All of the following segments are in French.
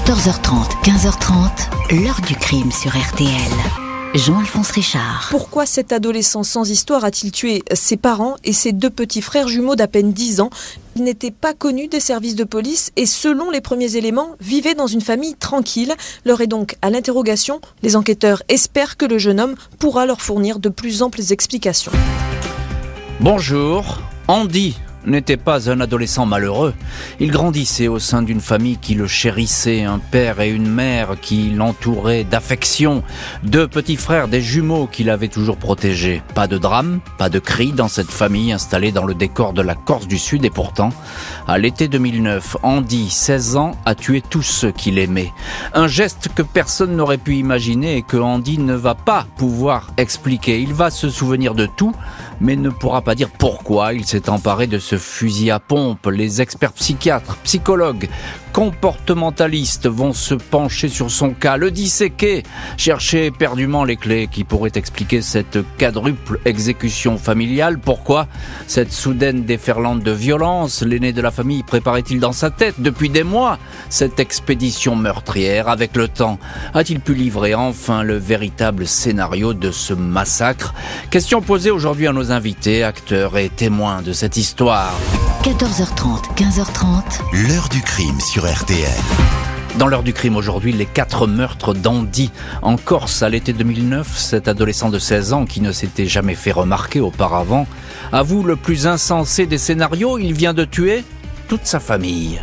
14h30, 15h30, l'heure du crime sur RTL. Jean-Alphonse Richard. Pourquoi cet adolescent sans histoire a-t-il tué ses parents et ses deux petits frères jumeaux d'à peine 10 ans ? Il n'était pas connu des services de police et selon les premiers éléments, vivait dans une famille tranquille. L'heure est donc à l'interrogation. Les enquêteurs espèrent que le jeune homme pourra leur fournir de plus amples explications. Bonjour, Andy n'était pas un adolescent malheureux. Il grandissait au sein d'une famille qui le chérissait, un père et une mère qui l'entouraient d'affection, deux petits frères, des jumeaux qui l'avaient toujours protégé. Pas de drame, pas de cris dans cette famille installée dans le décor de la Corse du Sud et pourtant, à l'été 2009, Andy, 16 ans, a tué tous ceux qu'il aimait. Un geste que personne n'aurait pu imaginer et que Andy ne va pas pouvoir expliquer. Il va se souvenir de tout, mais ne pourra pas dire pourquoi il s'est emparé de ce fusil à pompe. Les experts psychiatres, psychologues, comportementalistes vont se pencher sur son cas, le disséquer, chercher éperdument les clés qui pourraient expliquer cette quadruple exécution familiale. Pourquoi cette soudaine déferlante de violence? L'aîné de la famille préparait-il dans sa tête depuis des mois cette expédition meurtrière? Avec le temps, a-t-il pu livrer enfin le véritable scénario de ce massacre? Question posée aujourd'hui à nos invités, acteurs et témoins de cette histoire. 14h30, 15h30, l'heure du crime sur RTL. Dans l'heure du crime aujourd'hui, les 4 meurtres d'Andy. En Corse, à l'été 2009, cet adolescent de 16 ans qui ne s'était jamais fait remarquer auparavant avoue le plus insensé des scénarios, il vient de tuer toute sa famille.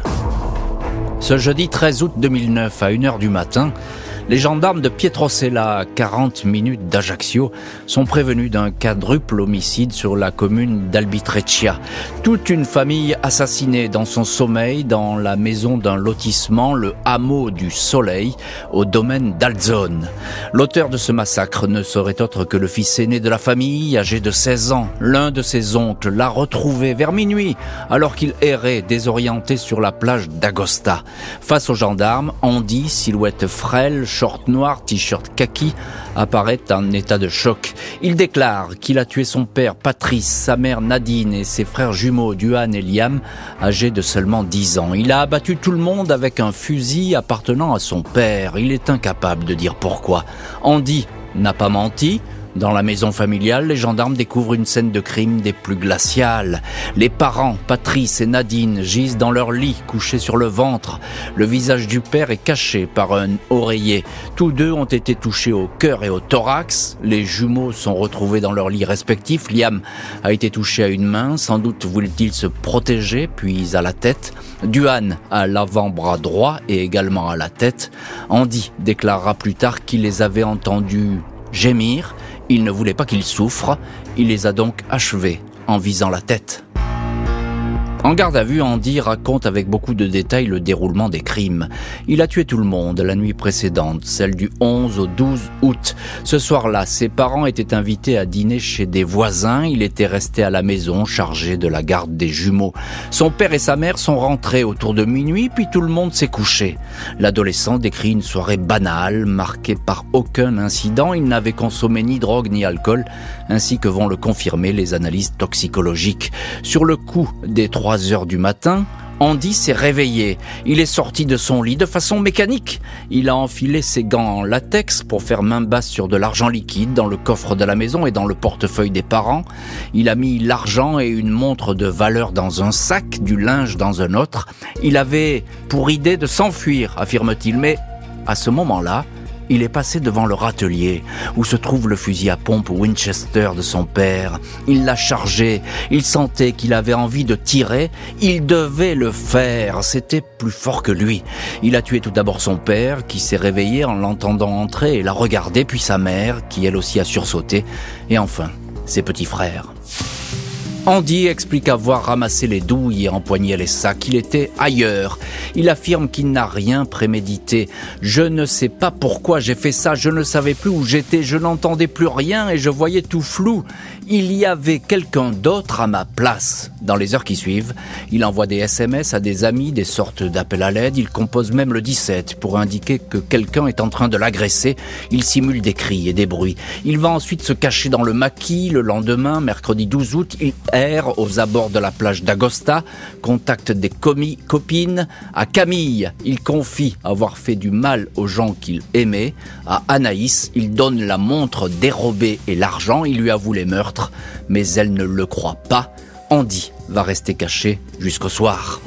Ce jeudi 13 août 2009, à 1h du matin, les gendarmes de Pietrosella, à 40 minutes d'Ajaccio, sont prévenus d'un quadruple homicide sur la commune d'Albitreccia. Toute une famille assassinée dans son sommeil dans la maison d'un lotissement, le hameau du Soleil, au domaine d'Alzone. L'auteur de ce massacre ne serait autre que le fils aîné de la famille, âgé de 16 ans. L'un de ses oncles l'a retrouvé vers minuit, alors qu'il errait désorienté sur la plage d'Agosta. Face aux gendarmes, Andy, silhouette frêle, short noir, t-shirt kaki, apparaît en état de choc. Il déclare qu'il a tué son père Patrice, sa mère Nadine et ses frères jumeaux Duane et Liam, âgés de seulement 10 ans. Il a abattu tout le monde avec un fusil appartenant à son père. Il est incapable de dire pourquoi. Andy n'a pas menti. Dans la maison familiale, les gendarmes découvrent une scène de crime des plus glaciales. Les parents, Patrice et Nadine, gisent dans leur lit, couchés sur le ventre. Le visage du père est caché par un oreiller. Tous deux ont été touchés au cœur et au thorax. Les jumeaux sont retrouvés dans leurs lits respectifs. Liam a été touché à une main, sans doute voulait-il se protéger, puis à la tête. Duane à l'avant-bras droit et également à la tête. Andy déclarera plus tard qu'il les avait entendus gémir. Il ne voulait pas qu'ils souffrent, il les a donc achevés en visant la tête. En garde à vue, Andy raconte avec beaucoup de détails le déroulement des crimes. Il a tué tout le monde la nuit précédente, celle du 11 au 12 août. Ce soir-là, ses parents étaient invités à dîner chez des voisins. Il était resté à la maison, chargé de la garde des jumeaux. Son père et sa mère sont rentrés autour de minuit, puis tout le monde s'est couché. L'adolescent décrit une soirée banale, marquée par aucun incident. Il n'avait consommé ni drogue ni alcool, ainsi que vont le confirmer les analyses toxicologiques. Sur le coup des 3 heures du matin, Andy s'est réveillé. Il est sorti de son lit de façon mécanique. Il a enfilé ses gants en latex pour faire main basse sur de l'argent liquide dans le coffre de la maison et dans le portefeuille des parents. Il a mis l'argent et une montre de valeur dans un sac, du linge dans un autre. Il avait pour idée de s'enfuir, affirme-t-il, mais à ce moment-là, il est passé devant le râtelier où se trouve le fusil à pompe Winchester de son père. Il l'a chargé, il sentait qu'il avait envie de tirer, il devait le faire, c'était plus fort que lui. Il a tué tout d'abord son père qui s'est réveillé en l'entendant entrer et l'a regardé, puis sa mère qui elle aussi a sursauté, et enfin ses petits frères. Andy explique avoir ramassé les douilles et empoigné les sacs. Il était ailleurs. Il affirme qu'il n'a rien prémédité. « Je ne sais pas pourquoi j'ai fait ça. Je ne savais plus où j'étais. Je n'entendais plus rien et je voyais tout flou. Il y avait quelqu'un d'autre à ma place. » Dans les heures qui suivent, il envoie des SMS à des amis, des sortes d'appels à l'aide. Il compose même le 17 pour indiquer que quelqu'un est en train de l'agresser. Il simule des cris et des bruits. Il va ensuite se cacher dans le maquis. Le lendemain, mercredi 12 août, erre aux abords de la plage d'Agosta, contacte des copines. À Camille, il confie avoir fait du mal aux gens qu'il aimait. À Anaïs, il donne la montre dérobée et l'argent. Il lui avoue les meurtres, mais elle ne le croit pas. Andy va rester caché jusqu'au soir.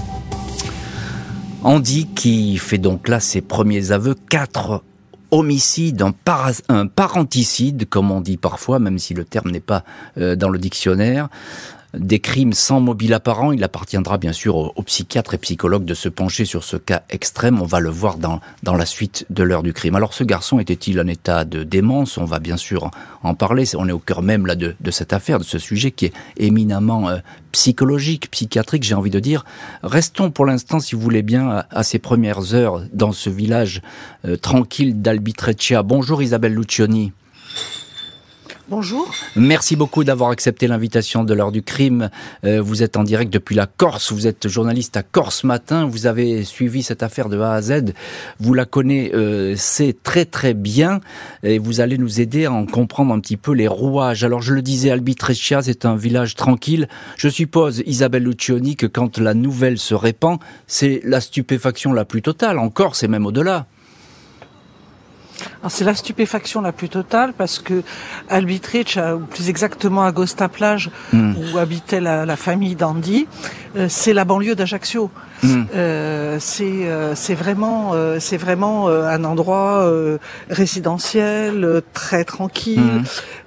Andy qui fait donc là ses premiers aveux, 4 homicides, un parenticide, comme on dit parfois, même si le terme n'est pas dans le dictionnaire. Des crimes sans mobile apparent. Il appartiendra bien sûr aux psychiatres et psychologues de se pencher sur ce cas extrême. On va le voir dans la suite de l'heure du crime. Alors ce garçon était-il en état de démence? On va bien sûr en parler. On est au cœur même là de cette affaire, de ce sujet qui est éminemment psychologique, psychiatrique, j'ai envie de dire. Restons pour l'instant, si vous voulez bien, à ces premières heures dans ce village tranquille d'Albitreccia. Bonjour Isabelle Lucioni. Bonjour. Merci beaucoup d'avoir accepté l'invitation de l'heure du crime. Vous êtes en direct depuis la Corse, vous êtes journaliste à Corse Matin, vous avez suivi cette affaire de A à Z, vous la connaissez très très bien et vous allez nous aider à en comprendre un petit peu les rouages. Alors je le disais, Albitreccia, c'est un village tranquille. Je suppose, Isabelle Lucioni, que quand la nouvelle se répand, c'est la stupéfaction la plus totale, en Corse et même au-delà. Alors c'est la stupéfaction la plus totale parce que Albitreccia, ou plus exactement Agosta Plage, où habitait la famille d'Andy, c'est la banlieue d'Ajaccio. C'est vraiment un endroit résidentiel très tranquille.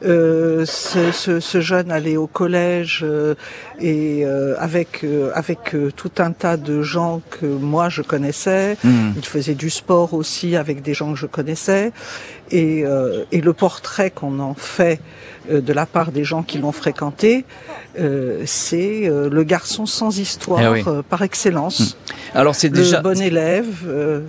Ce jeune allait au collège et avec tout un tas de gens que moi je connaissais. Il faisait du sport aussi avec des gens que je connaissais. Et le portrait qu'on en fait de la part des gens qui l'ont fréquenté, c'est le garçon sans histoire par excellence. Alors c'est déjà le bon élève,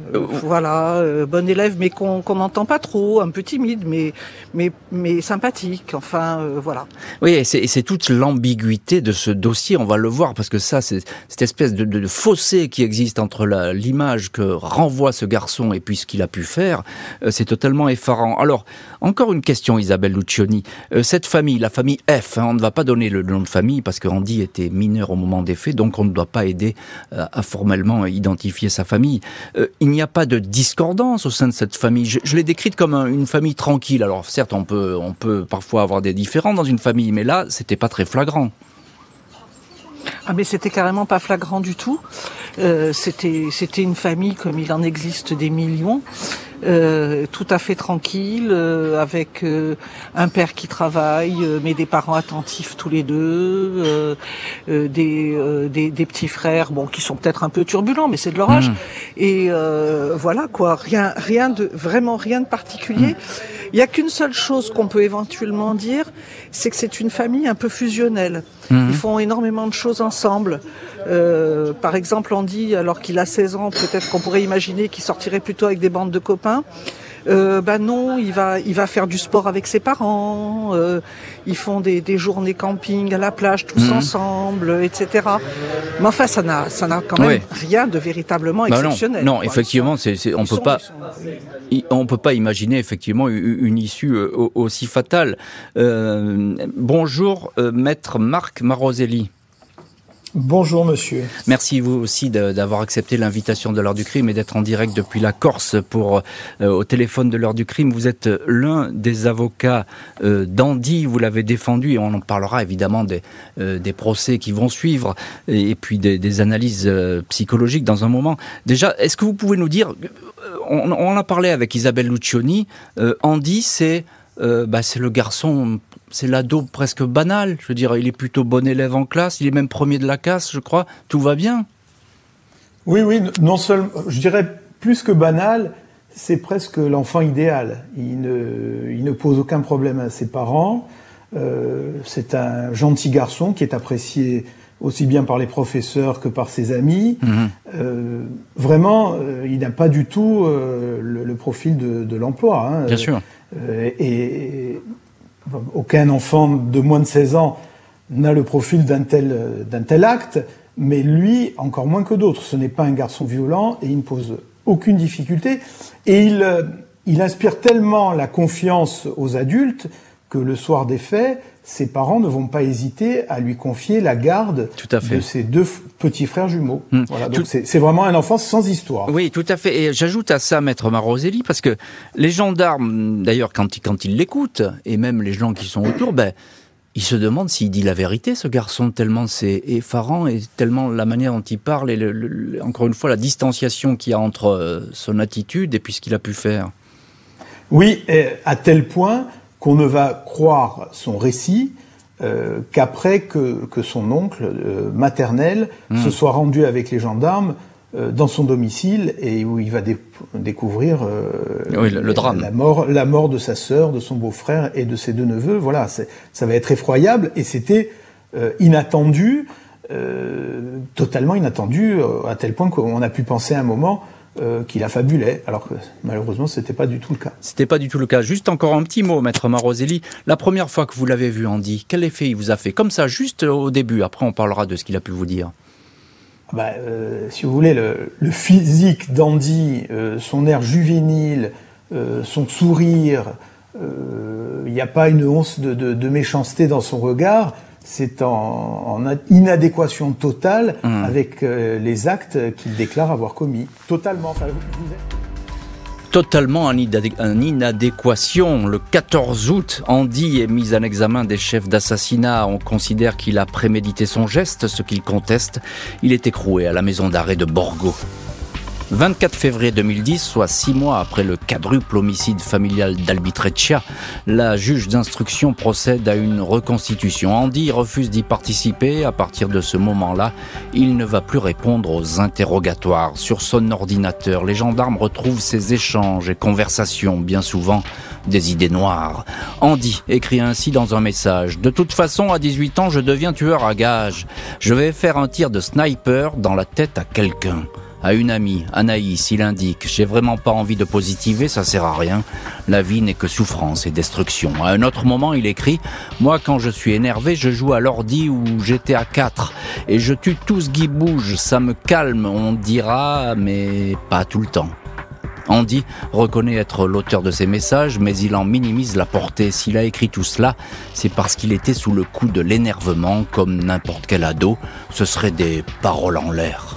bon élève, mais qu'on n'entend pas trop, un peu timide, mais sympathique. Enfin, voilà. Oui, et c'est toute l'ambiguïté de ce dossier. On va le voir parce que ça, c'est cette espèce de fossé qui existe entre l'image que renvoie ce garçon et puis ce qu'il a pu faire. C'est totalement effarant. Alors, encore une question, Isabelle Lucioni. Cette famille, la famille F, on ne va pas donner le nom de famille parce que Andy était mineur au moment des faits, donc on ne doit pas aider à formellement identifier sa famille. Il n'y a pas de discordance au sein de cette famille. Je l'ai décrite comme une famille tranquille. Alors certes, on peut parfois avoir des différends dans une famille, mais là, c'était pas très flagrant. Ah mais c'était carrément pas flagrant du tout. C'était une famille comme il en existe des millions. Tout à fait tranquille, avec un père qui travaille, mais des parents attentifs tous les deux, des petits frères, bon, qui sont peut-être un peu turbulents, mais c'est de leur âge. Et voilà quoi, rien de particulier. Il y a qu'une seule chose qu'on peut éventuellement dire, c'est que c'est une famille un peu fusionnelle. Ils font énormément de choses ensemble. Par exemple, Andy, alors qu'il a 16 ans, peut-être qu'on pourrait imaginer qu'il sortirait plutôt avec des bandes de copains. Non, il va faire du sport avec ses parents. Ils font des journées camping à la plage tous ensemble, etc. Mais enfin, ça n'a quand même rien de véritablement exceptionnel. Non, effectivement, on peut pas imaginer effectivement une issue aussi fatale. Bonjour, maître Marc Maroselli. Bonjour monsieur. Merci vous aussi d'avoir accepté l'invitation de l'heure du crime et d'être en direct depuis la Corse au téléphone de l'heure du crime. Vous êtes l'un des avocats d'Andy, vous l'avez défendu et on en parlera évidemment des procès qui vont suivre et puis des analyses psychologiques dans un moment. Déjà, est-ce que vous pouvez nous dire, on en a parlé avec Isabelle Lucioni, Andy c'est le garçon, c'est l'ado presque banal. Je veux dire, il est plutôt bon élève en classe, il est même premier de la classe, je crois. Tout va bien. Oui, non seulement, je dirais plus que banal, c'est presque l'enfant idéal. Il ne pose aucun problème à ses parents. C'est un gentil garçon qui est apprécié aussi bien par les professeurs que par ses amis. Vraiment, il n'a pas du tout le profil de l'emploi. Bien sûr. Et aucun enfant de moins de 16 ans n'a le profil d'un tel acte, mais lui, encore moins que d'autres. Ce n'est pas un garçon violent et il ne pose aucune difficulté. Et il inspire tellement la confiance aux adultes que le soir des faits, ses parents ne vont pas hésiter à lui confier la garde de ses 2 petits frères jumeaux. Voilà, donc c'est vraiment un enfant sans histoire. Oui, tout à fait. Et j'ajoute à ça, Maître Maroselli, parce que les gendarmes, d'ailleurs, quand ils l'écoutent, et même les gens qui sont autour, ils se demandent s'il dit la vérité, ce garçon, tellement c'est effarant et tellement la manière dont il parle et encore une fois la distanciation qu'il y a entre son attitude et puis ce qu'il a pu faire. Oui, à tel point qu'on ne va croire son récit qu'après que son oncle maternel se soit rendu avec les gendarmes dans son domicile et où il va découvrir le drame. La mort de sa sœur, de son beau-frère et de ses 2 neveux. Voilà, ça va être effroyable et c'était inattendu, totalement inattendu, à tel point qu'on a pu penser à un moment qu'il affabulait, alors que malheureusement c'était pas du tout le cas. C'était pas du tout le cas. Juste encore un petit mot, Maître Maroselli. La première fois que vous l'avez vu, Andy, quel effet il vous a fait? Comme ça, juste au début. Après, on parlera de ce qu'il a pu vous dire. Si vous voulez, le physique d'Andy, son air juvénile, son sourire, il n'y a pas une once de méchanceté dans son regard. C'est en inadéquation totale avec les actes qu'il déclare avoir commis. Totalement. Totalement en inadéquation. Le 14 août, Andy est mis en examen des chefs d'assassinat. On considère qu'il a prémédité son geste, ce qu'il conteste. Il est écroué à la maison d'arrêt de Borgo. 24 février 2010, soit 6 mois après le quadruple homicide familial d'Albitreccia, la juge d'instruction procède à une reconstitution. Andy refuse d'y participer. À partir de ce moment-là, il ne va plus répondre aux interrogatoires. Sur son ordinateur, les gendarmes retrouvent ses échanges et conversations, bien souvent des idées noires. Andy écrit ainsi dans un message: « De toute façon, à 18 ans, je deviens tueur à gages. Je vais faire un tir de sniper dans la tête à quelqu'un. » À une amie, Anaïs, il indique: « J'ai vraiment pas envie de positiver, ça sert à rien. La vie n'est que souffrance et destruction. » À un autre moment, il écrit: « Moi, quand je suis énervé, je joue à l'ordi ou GTA 4 et je tue tout ce qui bouge. Ça me calme, on dira, mais pas tout le temps. » Andy reconnaît être l'auteur de ces messages, mais il en minimise la portée. S'il a écrit tout cela, c'est parce qu'il était sous le coup de l'énervement, comme n'importe quel ado. Ce seraient des paroles en l'air.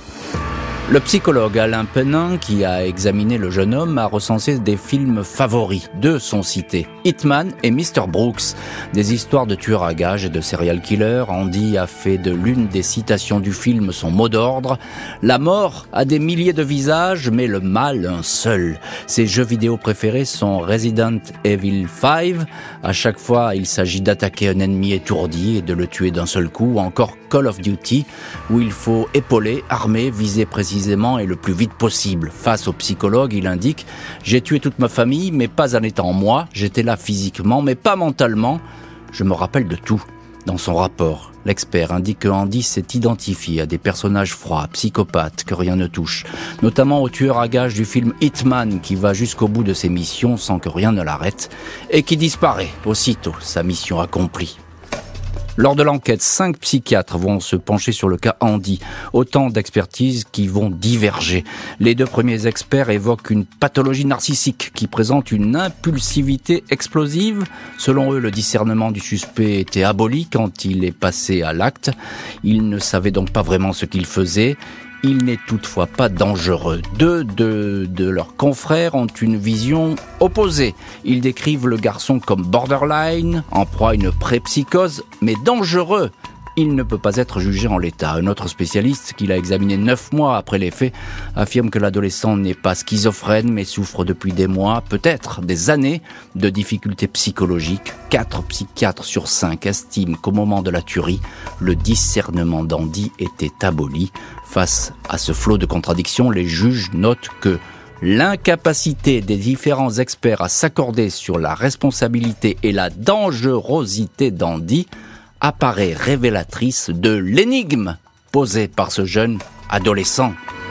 Le psychologue Alain Penin, qui a examiné le jeune homme, a recensé des films favoris. 2 sont cités: Hitman et Mr. Brooks, des histoires de tueurs à gages et de serial killers. Andy a fait de l'une des citations du film son mot d'ordre: « La mort a des milliers de visages, mais le mal un seul. » Ses jeux vidéo préférés sont Resident Evil 5. À chaque fois, il s'agit d'attaquer un ennemi étourdi et de le tuer d'un seul coup. Ou encore Call of Duty, où il faut épauler, armer, viser précisément et le plus vite possible. Face au psychologue, il indique: « J'ai tué toute ma famille, mais pas en étant moi. J'étais là physiquement, mais pas mentalement. Je me rappelle de tout. » Dans son rapport, l'expert indique que Andy s'est identifié à des personnages froids, psychopathes, que rien ne touche. Notamment au tueur à gages du film Hitman, qui va jusqu'au bout de ses missions sans que rien ne l'arrête, et qui disparaît aussitôt sa mission accomplie. Lors de l'enquête, 5 psychiatres vont se pencher sur le cas Andy. Autant d'expertises qui vont diverger. Les 2 premiers experts évoquent une pathologie narcissique qui présente une impulsivité explosive. Selon eux, le discernement du suspect était aboli quand il est passé à l'acte. Il ne savait donc pas vraiment ce qu'il faisait. Il n'est toutefois pas dangereux. 2 de leurs confrères ont une vision opposée. Ils décrivent le garçon comme borderline, en proie à une pré-psychose, mais dangereux. Il ne peut pas être jugé en l'état. Un autre spécialiste, qui l'a examiné 9 mois après les faits, affirme que l'adolescent n'est pas schizophrène, mais souffre depuis des mois, peut-être des années, de difficultés psychologiques. 4 psychiatres sur 5 estiment qu'au moment de la tuerie, le discernement d'Andy était aboli. Face à ce flot de contradictions, les juges notent que l'incapacité des différents experts à s'accorder sur la responsabilité et la dangerosité d'Andy apparaît révélatrice de l'énigme posée par ce jeune adolescent.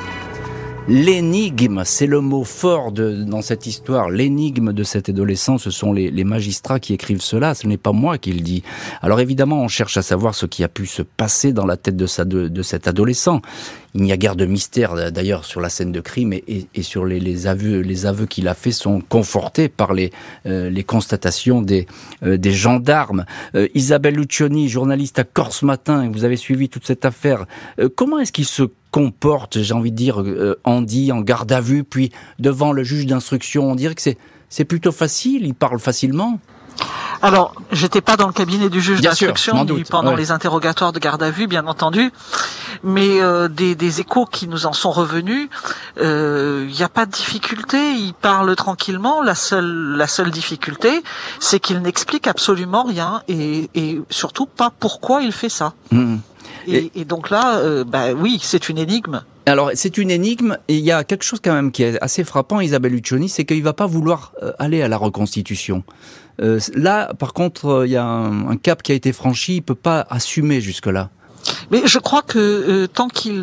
L'énigme, c'est le mot fort dans cette histoire. L'énigme de cet adolescent, ce sont les magistrats qui écrivent cela, ce n'est pas moi qui le dis. Alors évidemment, on cherche à savoir ce qui a pu se passer dans la tête de cet adolescent. il n'y a guère de mystère d'ailleurs sur la scène de crime et sur les aveux qu'il a fait sont confortés par les constatations des gendarmes. Isabelle Lucioni, journaliste à Corse Matin, vous avez suivi toute cette affaire. Comment est-ce qu'il se comporte, j'ai envie de dire, Andy en garde à vue, puis devant le juge d'instruction? On dirait que c'est plutôt facile, il parle facilement. Alors, j'étais pas dans le cabinet du juge d'instruction pendant ouais. les interrogatoires de garde à vue, bien entendu, mais des échos qui nous en sont revenus, il n'y a pas de difficulté, il parle tranquillement. La seule difficulté, c'est qu'il n'explique absolument rien et surtout pas pourquoi il fait ça. Et donc là, oui, c'est une énigme. Alors, c'est une énigme, et il y a quelque chose quand même qui est assez frappant, Isabelle Lucioni, c'est qu'il va pas vouloir aller à la reconstitution. Là, par contre, il y a un cap qui a été franchi, il peut pas assumer jusque-là. Mais je crois que tant qu'il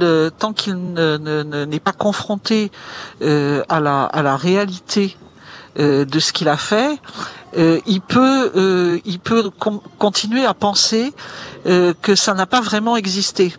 n'est pas confronté à la réalité de ce qu'il a fait, il peut continuer à penser que ça n'a pas vraiment existé.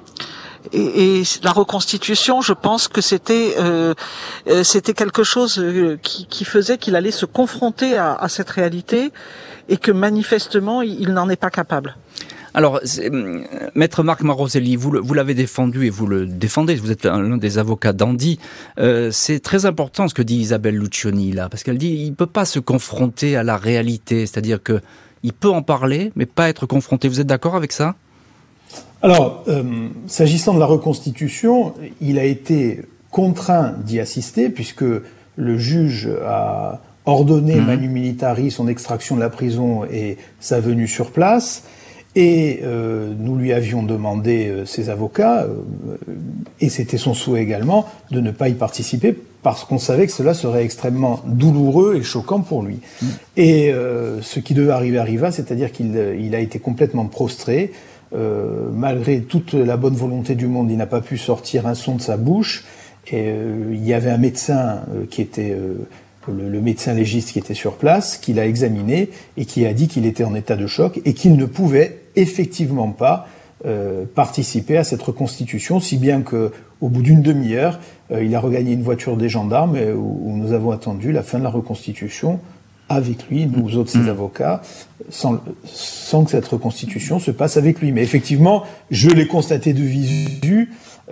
Et la reconstitution, je pense que c'était quelque chose qui faisait qu'il allait se confronter à cette réalité et que manifestement il n'en est pas capable. Alors, Maître Marc Maroselli, vous l'avez défendu et vous le défendez, vous êtes l'un des avocats d'Andy. C'est très important ce que dit Isabelle Lucioni là, parce qu'elle dit il peut pas se confronter à la réalité, c'est-à-dire que il peut en parler, mais pas être confronté. Vous êtes d'accord avec ça ? Alors, s'agissant de la reconstitution, il a été contraint d'y assister puisque le juge a ordonné manu militari son extraction de la prison et sa venue sur place. Et nous lui avions demandé, ses avocats, et c'était son souhait également, de ne pas y participer parce qu'on savait que cela serait extrêmement douloureux et choquant pour lui. Et ce qui devait arriver arriva, c'est-à-dire qu'il a été complètement prostré. Malgré toute la bonne volonté du monde, il n'a pas pu sortir un son de sa bouche. Et il y avait un médecin qui était le médecin légiste qui était sur place, qui l'a examiné et qui a dit qu'il était en état de choc et qu'il ne pouvait effectivement pas participer à cette reconstitution, si bien que au bout d'une demi-heure, il a regagné une voiture des gendarmes où nous avons attendu la fin de la reconstitution avec lui, nous autres ses avocats, sans que cette reconstitution se passe avec lui. Mais effectivement, je l'ai constaté de visu,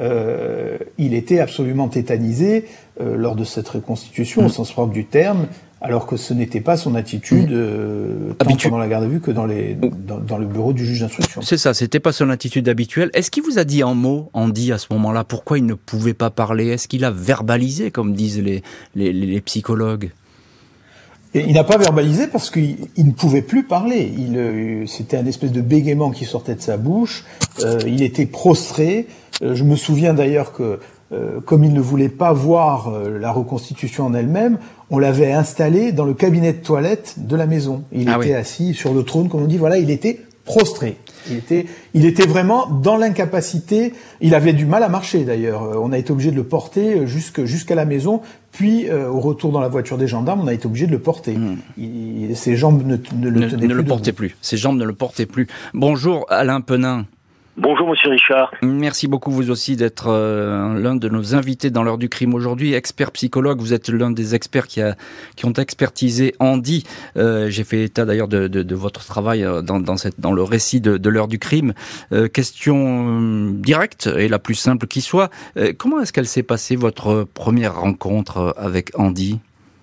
il était absolument tétanisé lors de cette reconstitution, au sens propre du terme, alors que ce n'était pas son attitude tant pendant la garde à vue que dans le bureau du juge d'instruction. C'est ça, c'était pas son attitude habituelle. Est-ce qu'il vous a dit en mots, Andy, à ce moment-là, pourquoi il ne pouvait pas parler ? Est-ce qu'il a verbalisé, comme disent les psychologues ? Et il n'a pas verbalisé parce qu'il ne pouvait plus parler. C'était un espèce de bégaiement qui sortait de sa bouche. Il était prostré. Je me souviens d'ailleurs que, comme il ne voulait pas voir la reconstitution en elle-même, on l'avait installé dans le cabinet de toilette de la maison. Il était assis sur le trône, comme on dit. Voilà, il était prostré. Il était vraiment dans l'incapacité. Il avait du mal à marcher d'ailleurs. On a été obligé de le porter jusqu'à la maison. Puis au retour dans la voiture des gendarmes, on a été obligé de le porter. Ses jambes ne le portaient plus. Ses jambes ne le portaient plus. Bonjour Alain Penin. Bonjour Monsieur Richard. Merci beaucoup vous aussi d'être l'un de nos invités dans l'heure du crime aujourd'hui. Expert psychologue, vous êtes l'un des experts qui ont expertisé Andy. J'ai fait état d'ailleurs de votre travail dans le récit de l'heure du crime. Question directe et la plus simple qui soit. Comment est-ce qu'elle s'est passée votre première rencontre avec Andy ?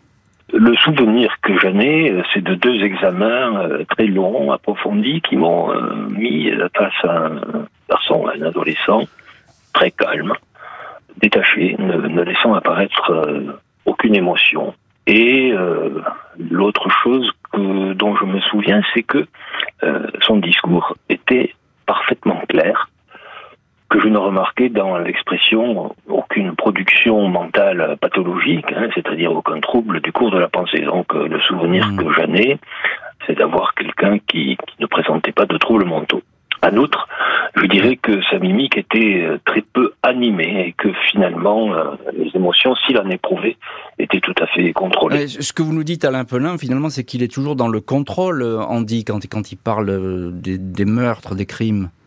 Le souvenir que j'en ai, c'est de 2 examens très longs, approfondis, qui m'ont mis face à un garçon, un adolescent, très calme, détaché, ne laissant apparaître aucune émotion. Et l'autre chose dont je me souviens, c'est que son discours était parfaitement clair, que je ne remarquais dans l'expression aucune production mentale pathologique, c'est-à-dire aucun trouble du cours de la pensée. Donc le souvenir que j'en ai, c'est d'avoir quelqu'un qui ne présentait pas de troubles mentaux. En outre, je dirais que sa mimique était très peu animée et que finalement, les émotions, s'il en éprouvait, étaient tout à fait contrôlées. Ce que vous nous dites, Alain Penin, finalement, c'est qu'il est toujours dans le contrôle, Andy, quand il parle des meurtres, des crimes.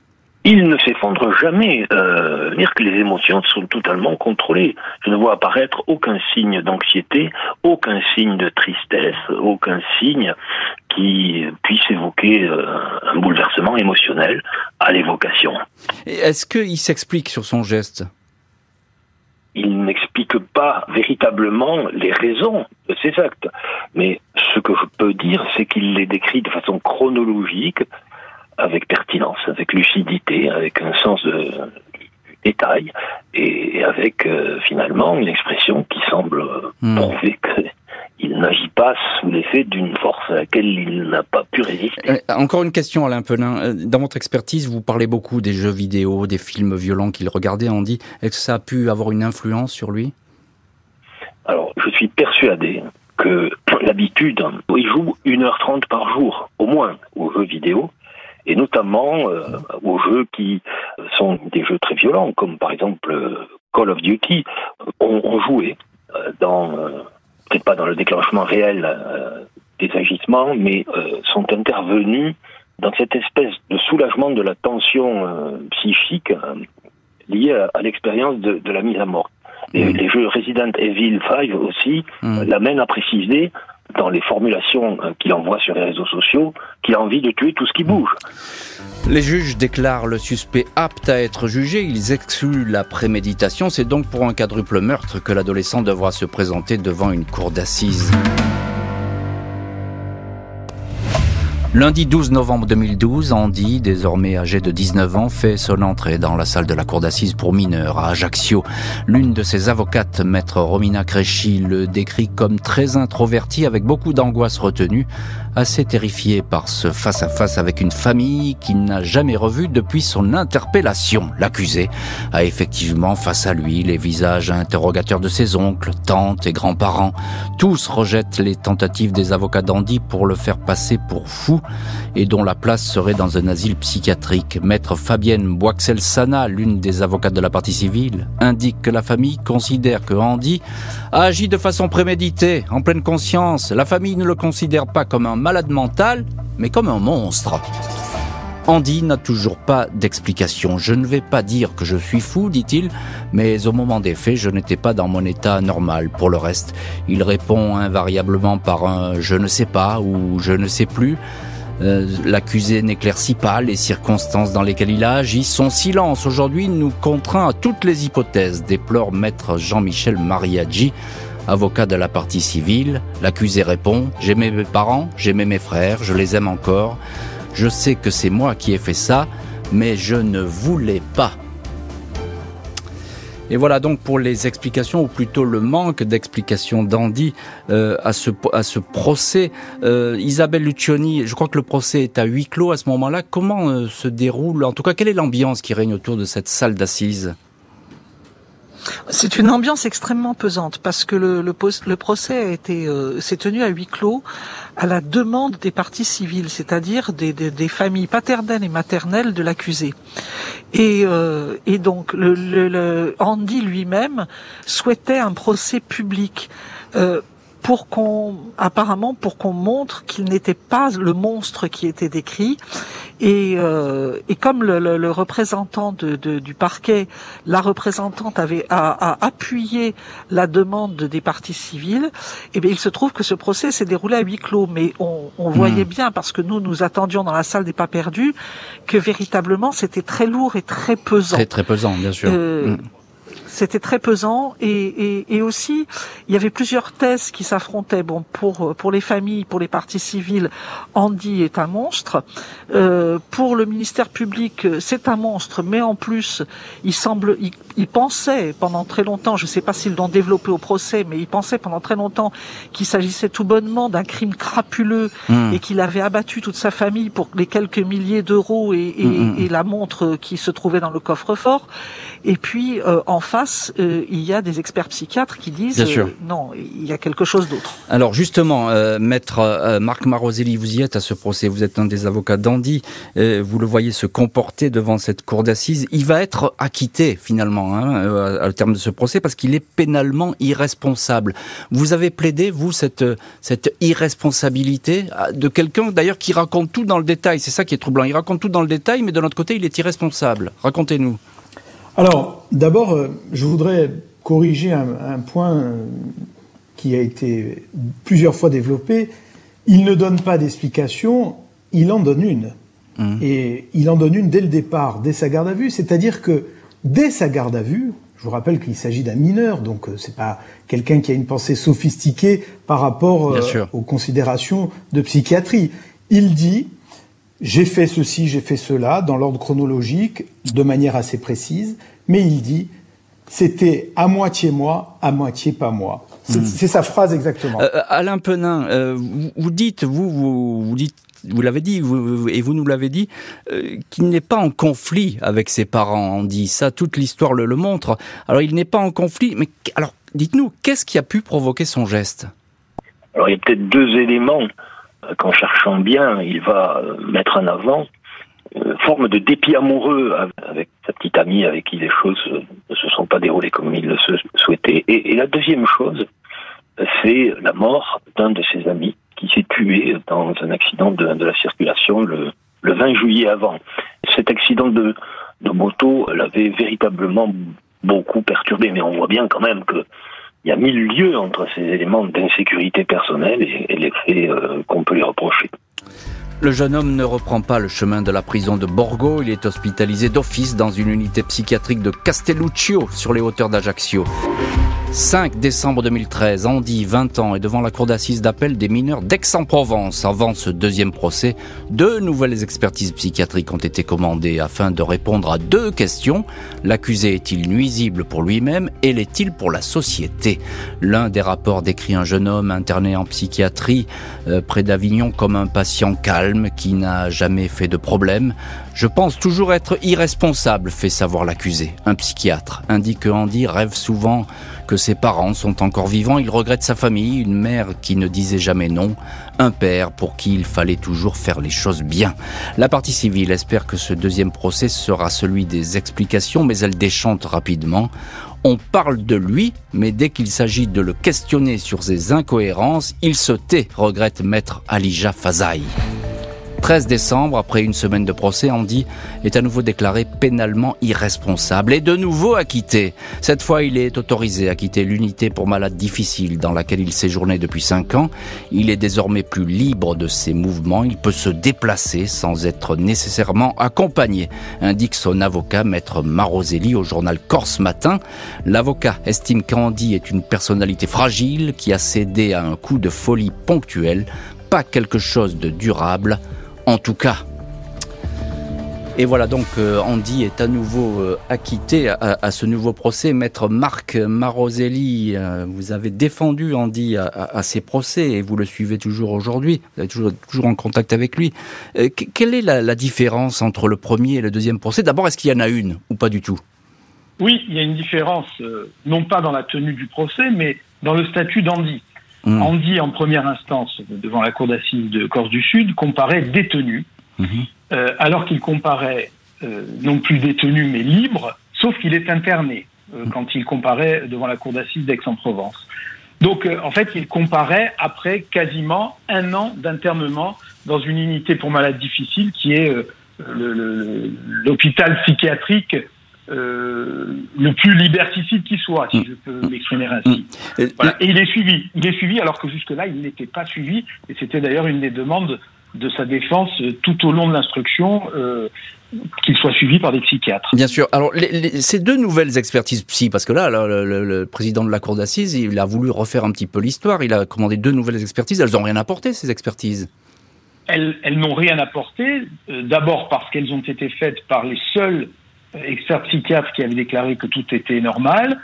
Il ne s'effondre jamais. Dire que les émotions sont totalement contrôlées. Je ne vois apparaître aucun signe d'anxiété, aucun signe de tristesse, aucun signe qui puisse évoquer un bouleversement émotionnel à l'évocation. Est-ce qu'il s'explique sur son geste ? Il n'explique pas véritablement les raisons de ces actes. Mais ce que je peux dire, c'est qu'il les décrit de façon chronologique, avec pertinence, avec lucidité, avec un sens du détail, et avec finalement une expression qui semble prouver qu'il n'agit pas sous l'effet d'une force à laquelle il n'a pas pu résister. Encore une question, Alain Pelin. Dans votre expertise, vous parlez beaucoup des jeux vidéo, des films violents qu'il regardait, Andy. Est-ce que ça a pu avoir une influence sur lui ? Alors, je suis persuadé que l'habitude, il joue 1h30 par jour, au moins, aux jeux vidéo, et notamment aux jeux qui sont des jeux très violents, comme par exemple Call of Duty. On jouait peut-être pas dans le déclenchement réel des agissements, mais sont intervenus dans cette espèce de soulagement de la tension psychique liée à l'expérience de la mise à mort. Les jeux Resident Evil 5 aussi l'amènent à préciser, dans les formulations qu'il envoie sur les réseaux sociaux, qu'il a envie de tuer tout ce qui bouge. Les juges déclarent le suspect apte à être jugé. Ils excluent la préméditation. C'est donc pour un quadruple meurtre que l'adolescent devra se présenter devant une cour d'assises. Lundi 12 novembre 2012, Andy, désormais âgé de 19 ans, fait son entrée dans la salle de la cour d'assises pour mineurs à Ajaccio. L'une de ses avocates, maître Romina Cresci, le décrit comme très introverti, avec beaucoup d'angoisse retenue, assez terrifié par ce face-à-face avec une famille qu'il n'a jamais revue depuis son interpellation. L'accusé a effectivement face à lui les visages interrogateurs de ses oncles, tantes et grands-parents. Tous rejettent les tentatives des avocats d'Andy pour le faire passer pour fou et dont la place serait dans un asile psychiatrique. Maître Fabienne Boixel-Sana, l'une des avocates de la partie civile, indique que la famille considère que Andy a agi de façon préméditée, en pleine conscience. La famille ne le considère pas comme un malade mental, mais comme un monstre. Andy n'a toujours pas d'explication. Je ne vais pas dire que je suis fou, dit-il, mais au moment des faits, je n'étais pas dans mon état normal. Pour le reste, il répond invariablement par un « je ne sais pas » ou « je ne sais plus ». L'accusé n'éclaircit pas les circonstances dans lesquelles il a agi. Son silence aujourd'hui nous contraint à toutes les hypothèses, déplore maître Jean-Michel Mariaggi, avocat de la partie civile. L'accusé répond « J'aimais mes parents, j'aimais mes frères, je les aime encore. Je sais que c'est moi qui ai fait ça, mais je ne voulais pas. » Et voilà donc pour les explications, ou plutôt le manque d'explications d'Andy à ce procès. Isabelle Lucioni, je crois que le procès est à huis clos à ce moment-là. Comment se déroule, en tout cas, quelle est l'ambiance qui règne autour de cette salle d'assises ? C'est une ambiance extrêmement pesante parce que le procès s'est tenu à huis clos à la demande des parties civiles, c'est-à-dire des familles paternelles et maternelles de l'accusé. Et donc Andy lui-même souhaitait un procès public. Pour qu'on montre qu'il n'était pas le monstre qui était décrit, et comme le représentant du parquet, la représentante a appuyé la demande des parties civiles, et bien il se trouve que ce procès s'est déroulé à huis clos, mais on voyait bien, parce que nous attendions dans la salle des pas perdus, que véritablement c'était très lourd et très pesant. Très pesant, bien sûr. C'était très pesant et aussi il y avait plusieurs thèses qui s'affrontaient. Bon, pour les familles, pour les parties civiles, Andy est un monstre. Pour le ministère public, c'est un monstre, mais en plus, il pensait pendant très longtemps, je ne sais pas s'ils l'ont développé au procès, mais il pensait pendant très longtemps qu'il s'agissait tout bonnement d'un crime crapuleux et qu'il avait abattu toute sa famille pour les quelques milliers d'euros et la montre qui se trouvait dans le coffre-fort. Et puis en face, face, il y a des experts psychiatres qui disent non, il y a quelque chose d'autre. Alors justement, maître Marc Maroselli, vous y êtes à ce procès, vous êtes un des avocats d'Andy, vous le voyez se comporter devant cette cour d'assises. Il va être acquitté finalement au terme de ce procès parce qu'il est pénalement irresponsable. Vous avez plaidé, vous, cette irresponsabilité de quelqu'un d'ailleurs qui raconte tout dans le détail. C'est ça qui est troublant. Il raconte tout dans le détail, mais de l'autre côté, il est irresponsable. Racontez-nous. Alors, d'abord, je voudrais corriger un point qui a été plusieurs fois développé. Il ne donne pas d'explication, il en donne une. Et il en donne une dès le départ, dès sa garde à vue. C'est-à-dire que dès sa garde à vue, je vous rappelle qu'il s'agit d'un mineur, donc c'est pas quelqu'un qui a une pensée sophistiquée par rapport aux considérations de psychiatrie. Il dit « j'ai fait ceci, j'ai fait cela » dans l'ordre chronologique, de manière assez précise, mais il dit « c'était à moitié moi, à moitié pas moi ». C'est sa phrase exactement. Alain Penin, vous dites, vous l'avez dit, et vous nous l'avez dit, qu'il n'est pas en conflit avec ses parents. On dit ça, toute l'histoire le montre. Alors, il n'est pas en conflit, mais alors, dites-nous, qu'est-ce qui a pu provoquer son geste ? Alors, il y a peut-être deux éléments qu'en cherchant bien, il va mettre en avant. Forme de dépit amoureux avec sa petite amie avec qui les choses ne se sont pas déroulées comme il le souhaitait. Et la deuxième chose, c'est la mort d'un de ses amis qui s'est tué dans un accident de la circulation le 20 juillet avant. Cet accident de moto l'avait véritablement beaucoup perturbé, mais on voit bien quand même qu'il y a 1000 lieues entre ces éléments d'insécurité personnelle et les faits qu'on peut lui reprocher. Le jeune homme ne reprend pas le chemin de la prison de Borgo. Il est hospitalisé d'office dans une unité psychiatrique de Castelluccio, sur les hauteurs d'Ajaccio. 5 décembre 2013, Andy, 20 ans, est devant la cour d'assises d'appel des mineurs d'Aix-en-Provence. Avant ce deuxième procès, 2 nouvelles expertises psychiatriques ont été commandées afin de répondre à 2 questions. L'accusé est-il nuisible pour lui-même et l'est-il pour la société ? L'un des rapports décrit un jeune homme interné en psychiatrie près d'Avignon comme un patient calme qui n'a jamais fait de problème. Je pense toujours être irresponsable, fait savoir l'accusé. Un psychiatre indique que Andy rêve souvent que ses parents sont encore vivants. Il regrette sa famille, une mère qui ne disait jamais non, un père pour qui il fallait toujours faire les choses bien. La partie civile espère que ce deuxième procès sera celui des explications, mais elle déchante rapidement. On parle de lui, mais dès qu'il s'agit de le questionner sur ses incohérences, il se tait, regrette maître Alija Fazaï. 13 décembre, après une semaine de procès, Andy est à nouveau déclaré pénalement irresponsable et de nouveau acquitté. Cette fois, il est autorisé à quitter l'unité pour malades difficiles dans laquelle il séjournait depuis 5 ans. Il est désormais plus libre de ses mouvements. Il peut se déplacer sans être nécessairement accompagné, indique son avocat, maître Maroselli, au journal Corse Matin. L'avocat estime qu'Andy est une personnalité fragile qui a cédé à un coup de folie ponctuel, pas quelque chose de durable. En tout cas. Et voilà donc Andy est à nouveau acquitté à ce nouveau procès. Maître Marc Maroselli, vous avez défendu Andy à ces procès et vous le suivez toujours aujourd'hui. Vous êtes toujours en contact avec lui. Quelle est la différence entre le premier et le deuxième procès ? D'abord, est-ce qu'il y en a une ou pas du tout ? Oui, il y a une différence, non pas dans la tenue du procès, mais dans le statut d'Andy. Andy, en première instance, devant la cour d'assises de Corse du Sud, comparaît détenu, alors qu'il comparaît non plus détenu, mais libre, sauf qu'il est interné quand il comparaît devant la cour d'assises d'Aix-en-Provence. Donc, en fait, il comparaît après quasiment 1 an d'internement dans une unité pour malades difficiles qui est l'hôpital psychiatrique le plus liberticide qui soit, si je peux m'exprimer ainsi. Voilà. Et il est suivi alors que jusque-là, il n'était pas suivi, et c'était d'ailleurs une des demandes de sa défense tout au long de l'instruction, qu'il soit suivi par des psychiatres. Bien sûr. Alors, ces 2 nouvelles expertises psy, parce que là, le président de la cour d'assises, il a voulu refaire un petit peu l'histoire, il a commandé 2 nouvelles expertises, elles n'ont rien apporté, ces expertises. Elles n'ont rien apporté, d'abord parce qu'elles ont été faites par les seuls experts psychiatres qui avaient déclaré que tout était normal,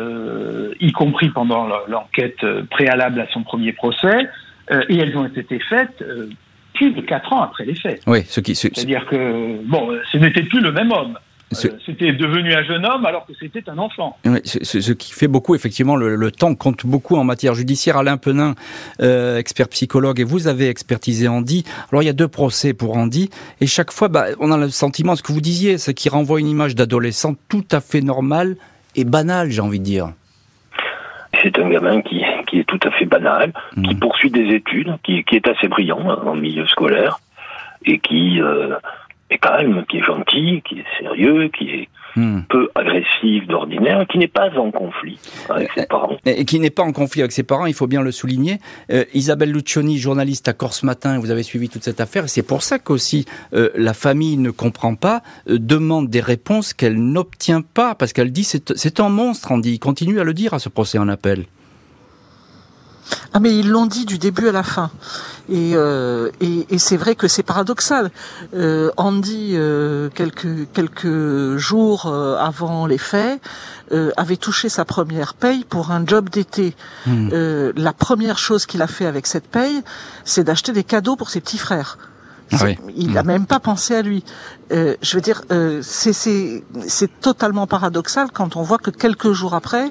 y compris pendant l'enquête préalable à son premier procès, et elles ont été faites plus de 4 ans après les faits. Oui, c'est-à-dire que ce n'était plus le même homme. C'était devenu un jeune homme alors que c'était un enfant. Oui, ce qui fait beaucoup, effectivement, le temps compte beaucoup en matière judiciaire. Alain Penin, expert psychologue, et vous avez expertisé Andy. Alors il y a 2 procès pour Andy, et chaque fois, on a le sentiment, ce que vous disiez, c'est qu'il renvoie une image d'adolescent tout à fait normale et banale, j'ai envie de dire. C'est un gamin qui est tout à fait banal, qui poursuit des études, qui est assez brillant en milieu scolaire, et qui est calme, qui est gentil, qui est sérieux, qui est peu agressif d'ordinaire, qui n'est pas en conflit avec ses parents. Et qui n'est pas en conflit avec ses parents, il faut bien le souligner. Isabelle Lucioni, journaliste à Corse Matin, vous avez suivi toute cette affaire, et c'est pour ça qu'aussi la famille ne comprend pas, demande des réponses qu'elle n'obtient pas, parce qu'elle dit c'est un monstre, Andy. Il continue à le dire à ce procès en appel. Ah mais ils l'ont dit du début à la fin, et c'est vrai que c'est paradoxal. Andy, quelques jours avant les faits, avait touché sa première paye pour un job d'été. La première chose qu'il a fait avec cette paye, c'est d'acheter des cadeaux pour ses petits frères. Il n'a même pas pensé à lui. Je veux dire, c'est totalement paradoxal quand on voit que quelques jours après,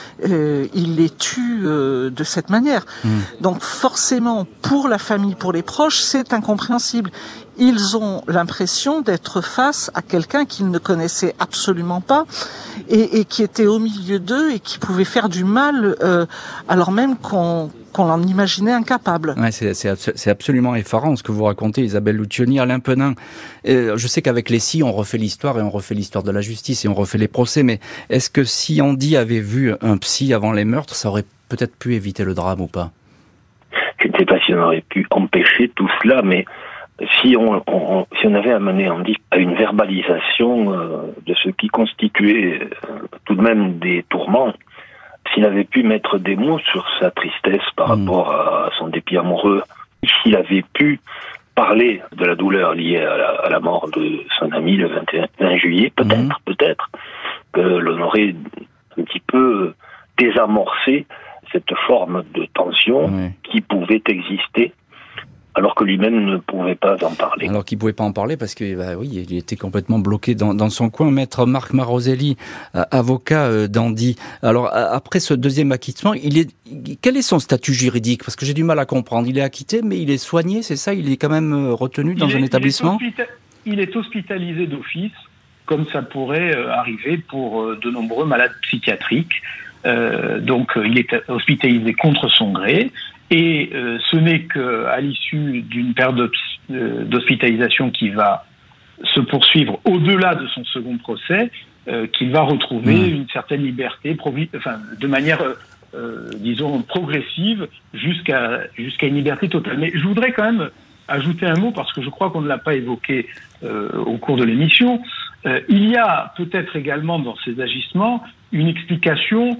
il les tue de cette manière. Donc forcément, pour la famille, pour les proches, c'est incompréhensible. Ils ont l'impression d'être face à quelqu'un qu'ils ne connaissaient absolument pas et qui était au milieu d'eux et qui pouvait faire du mal alors même qu'on l'en imaginait incapable. Ouais, c'est absolument effarant ce que vous racontez, Isabelle Lucioni. Alain Penin, je sais qu'avec les on refait l'histoire, et on refait l'histoire de la justice, et on refait les procès, mais est-ce que si Andy avait vu un psy avant les meurtres, ça aurait peut-être pu éviter le drame ou pas? Je ne sais pas si on aurait pu empêcher tout cela, mais si on avait amené Andy à une verbalisation de ce qui constituait tout de même des tourments, s'il avait pu mettre des mots sur sa tristesse par rapport à son dépit amoureux, s'il avait pu parler de la douleur liée à la mort de son ami le 21 juillet, peut-être que l'on aurait un petit peu désamorcé cette forme de tension qui pouvait exister, alors que lui-même ne pouvait pas en parler. Alors qu'il ne pouvait pas en parler parce que, il était complètement bloqué dans son coin. Maître Marc Maroselli, avocat d'Andy. Alors, après ce deuxième acquittement, quel est son statut juridique? Parce que j'ai du mal à comprendre. Il est acquitté, mais il est soigné, c'est ça? Il est quand même retenu dans un établissement? Il est hospitalisé d'office, comme ça pourrait arriver pour de nombreux malades psychiatriques. Donc, il est hospitalisé contre son gré. Et ce n'est qu'à l'issue d'une période d'hospitalisation qui va se poursuivre au-delà de son second procès qu'il va retrouver une certaine liberté, de manière, disons, progressive jusqu'à une liberté totale. Mais je voudrais quand même ajouter un mot, parce que je crois qu'on ne l'a pas évoqué au cours de l'émission. Il y a peut-être également dans ces agissements une explication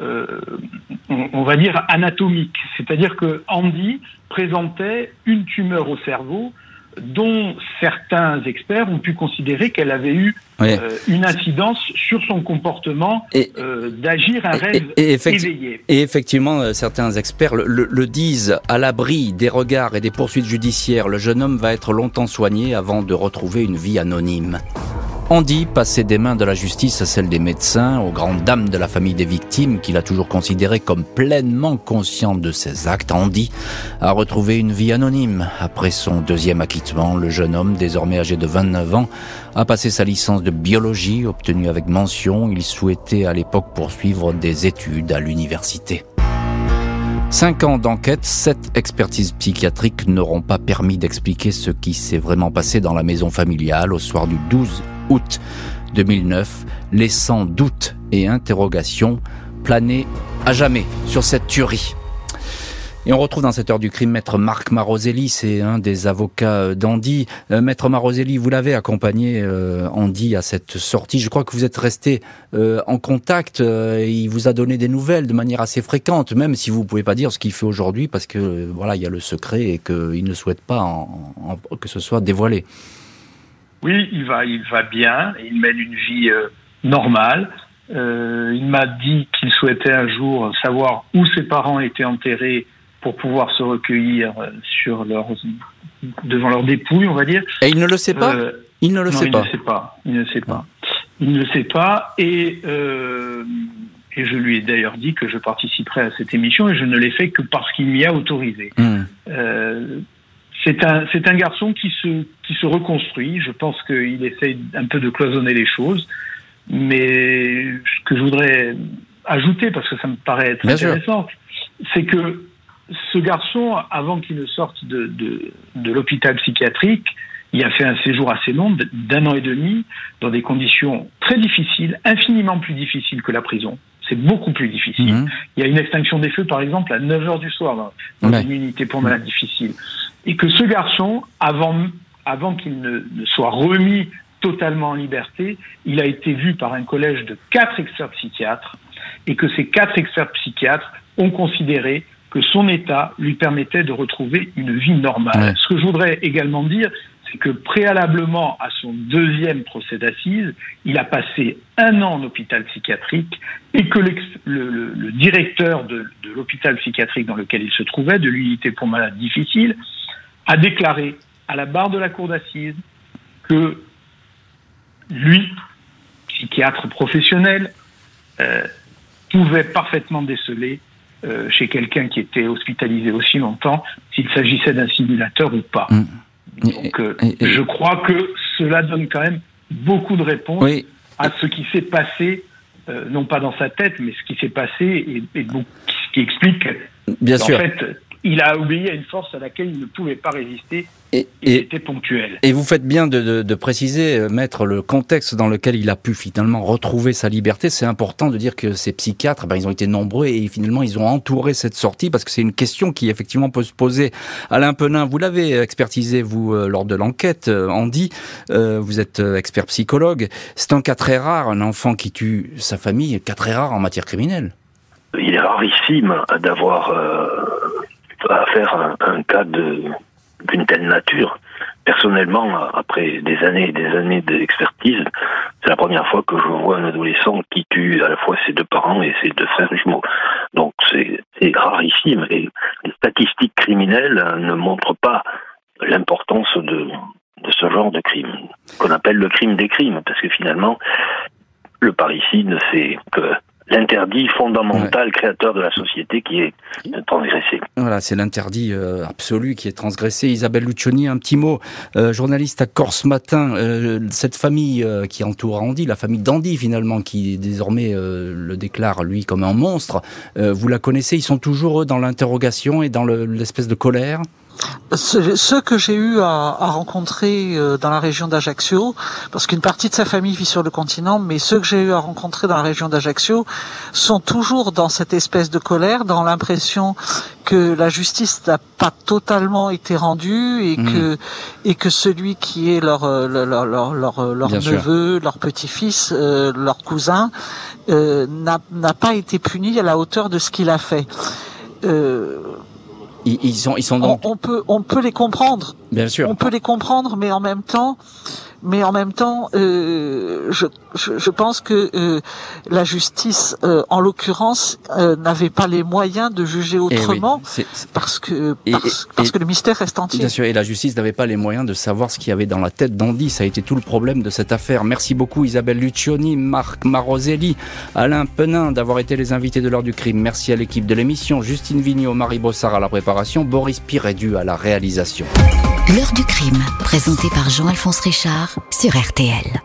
on va dire anatomique, c'est-à-dire que Andy présentait une tumeur au cerveau dont certains experts ont pu considérer qu'elle avait eu une incidence sur son comportement d'agir un rêve éveillé. Et effectivement, certains experts le disent, à l'abri des regards et des poursuites judiciaires, le jeune homme va être longtemps soigné avant de retrouver une vie anonyme. Andy, passé des mains de la justice à celle des médecins, aux grandes dames de la famille des victimes, qu'il a toujours considéré comme pleinement consciente de ses actes, Andy a retrouvé une vie anonyme. Après son deuxième acquittement, le jeune homme, désormais âgé de 29 ans, a passé sa licence de biologie, obtenue avec mention. Il souhaitait à l'époque poursuivre des études à l'université. 5 ans d'enquête, 7 expertises psychiatriques n'auront pas permis d'expliquer ce qui s'est vraiment passé dans la maison familiale au soir du 12 août 2009, laissant doute et interrogations planer à jamais sur cette tuerie. Et on retrouve dans cette heure du crime Maître Marc Maroselli, c'est un des avocats d'Andy. Maître Maroselli, vous l'avez accompagné, Andy, à cette sortie. Je crois que vous êtes resté en contact. Il vous a donné des nouvelles de manière assez fréquente, même si vous ne pouvez pas dire ce qu'il fait aujourd'hui, parce que voilà, il y a le secret et qu'il ne souhaite pas que ce soit dévoilé. Oui, il va bien. Il mène une vie normale. Il m'a dit qu'il souhaitait un jour savoir où ses parents étaient enterrés pour pouvoir se recueillir devant leur dépouille, on va dire. Et il ne le sait pas? Il ne le sait pas. Il ne sait pas. Il ne le sait pas et je lui ai d'ailleurs dit que je participerai à cette émission et je ne l'ai fait que parce qu'il m'y a autorisé. C'est un garçon qui se reconstruit. Je pense qu'il essaye un peu de cloisonner les choses. Mais ce que je voudrais ajouter, parce que ça me paraît être intéressant, c'est que ce garçon, avant qu'il ne sorte de l'hôpital psychiatrique, il a fait un séjour assez long, d'1 an et demi, dans des conditions très difficiles, infiniment plus difficiles que la prison. C'est beaucoup plus difficile. Il y a une extinction des feux, par exemple, à 9h du soir dans une unité pour malades difficiles. Et que ce garçon, avant qu'il ne soit remis totalement en liberté, il a été vu par un collège de 4 experts psychiatres et que ces 4 experts psychiatres ont considéré que son état lui permettait de retrouver une vie normale. Ce que je voudrais également dire, c'est que préalablement à son 2e procès d'assises, il a passé 1 an en hôpital psychiatrique et que le directeur de l'hôpital psychiatrique dans lequel il se trouvait, de l'unité pour malades difficiles, a déclaré à la barre de la cour d'assises que lui, psychiatre professionnel, pouvait parfaitement déceler chez quelqu'un qui était hospitalisé aussi longtemps s'il s'agissait d'un simulateur ou pas. Donc je crois que cela donne quand même beaucoup de réponses à ce qui s'est passé, non pas dans sa tête, mais ce qui s'est passé et ce qui explique qu'en fait, il a obéi à une force à laquelle il ne pouvait pas résister. Et c'était ponctuel. Et vous faites bien de préciser, maître, le contexte dans lequel il a pu finalement retrouver sa liberté. C'est important de dire que ces psychiatres, ils ont été nombreux et finalement ils ont entouré cette sortie parce que c'est une question qui effectivement peut se poser. Alain Penin, vous l'avez expertisé, vous, lors de l'enquête. Andy, vous êtes expert psychologue. C'est un cas très rare, un enfant qui tue sa famille, un cas très rare en matière criminelle. Il est rarissime d'avoir affaire à un cas d'une telle nature. Personnellement, après des années et des années d'expertise, c'est la première fois que je vois un adolescent qui tue à la fois ses 2 parents et ses 2 frères jumeaux. Donc c'est rarissime. Et les statistiques criminelles ne montrent pas l'importance de ce genre de crime, qu'on appelle le crime des crimes, parce que finalement, le parricide, c'est que l'interdit fondamental créateur de la société qui est transgressé. Voilà, c'est l'interdit absolu qui est transgressé. Isabelle Luccioni, un petit mot, journaliste à Corse Matin, cette famille qui entoure Andy, la famille d'Andy finalement, qui désormais le déclare lui comme un monstre, vous la connaissez, ils sont toujours eux dans l'interrogation et dans l'espèce de colère? Ceux que j'ai eu à rencontrer dans la région d'Ajaccio, parce qu'une partie de sa famille vit sur le continent, mais ceux que j'ai eu à rencontrer dans la région d'Ajaccio sont toujours dans cette espèce de colère, dans l'impression que la justice n'a pas totalement été rendue et que celui qui est leur neveu, leur petit-fils, leur cousin n'a pas été puni à la hauteur de ce qu'il a fait. Ils sont donc... on peut les comprendre. Bien sûr. On peut les comprendre, mais en même temps, je pense que la justice, en l'occurrence, n'avait pas les moyens de juger autrement, parce que le mystère reste entier. Bien sûr, et la justice n'avait pas les moyens de savoir ce qu'il y avait dans la tête d'Andy. Ça a été tout le problème de cette affaire. Merci beaucoup Isabelle Luccioni, Marc Maroselli, Alain Penin d'avoir été les invités de l'heure du crime. Merci à l'équipe de l'émission, Justine Vignot, Marie Bossard à la préparation, Boris Pirédu à la réalisation. L'heure du crime, présentée par Jean-Alphonse Richard sur RTL.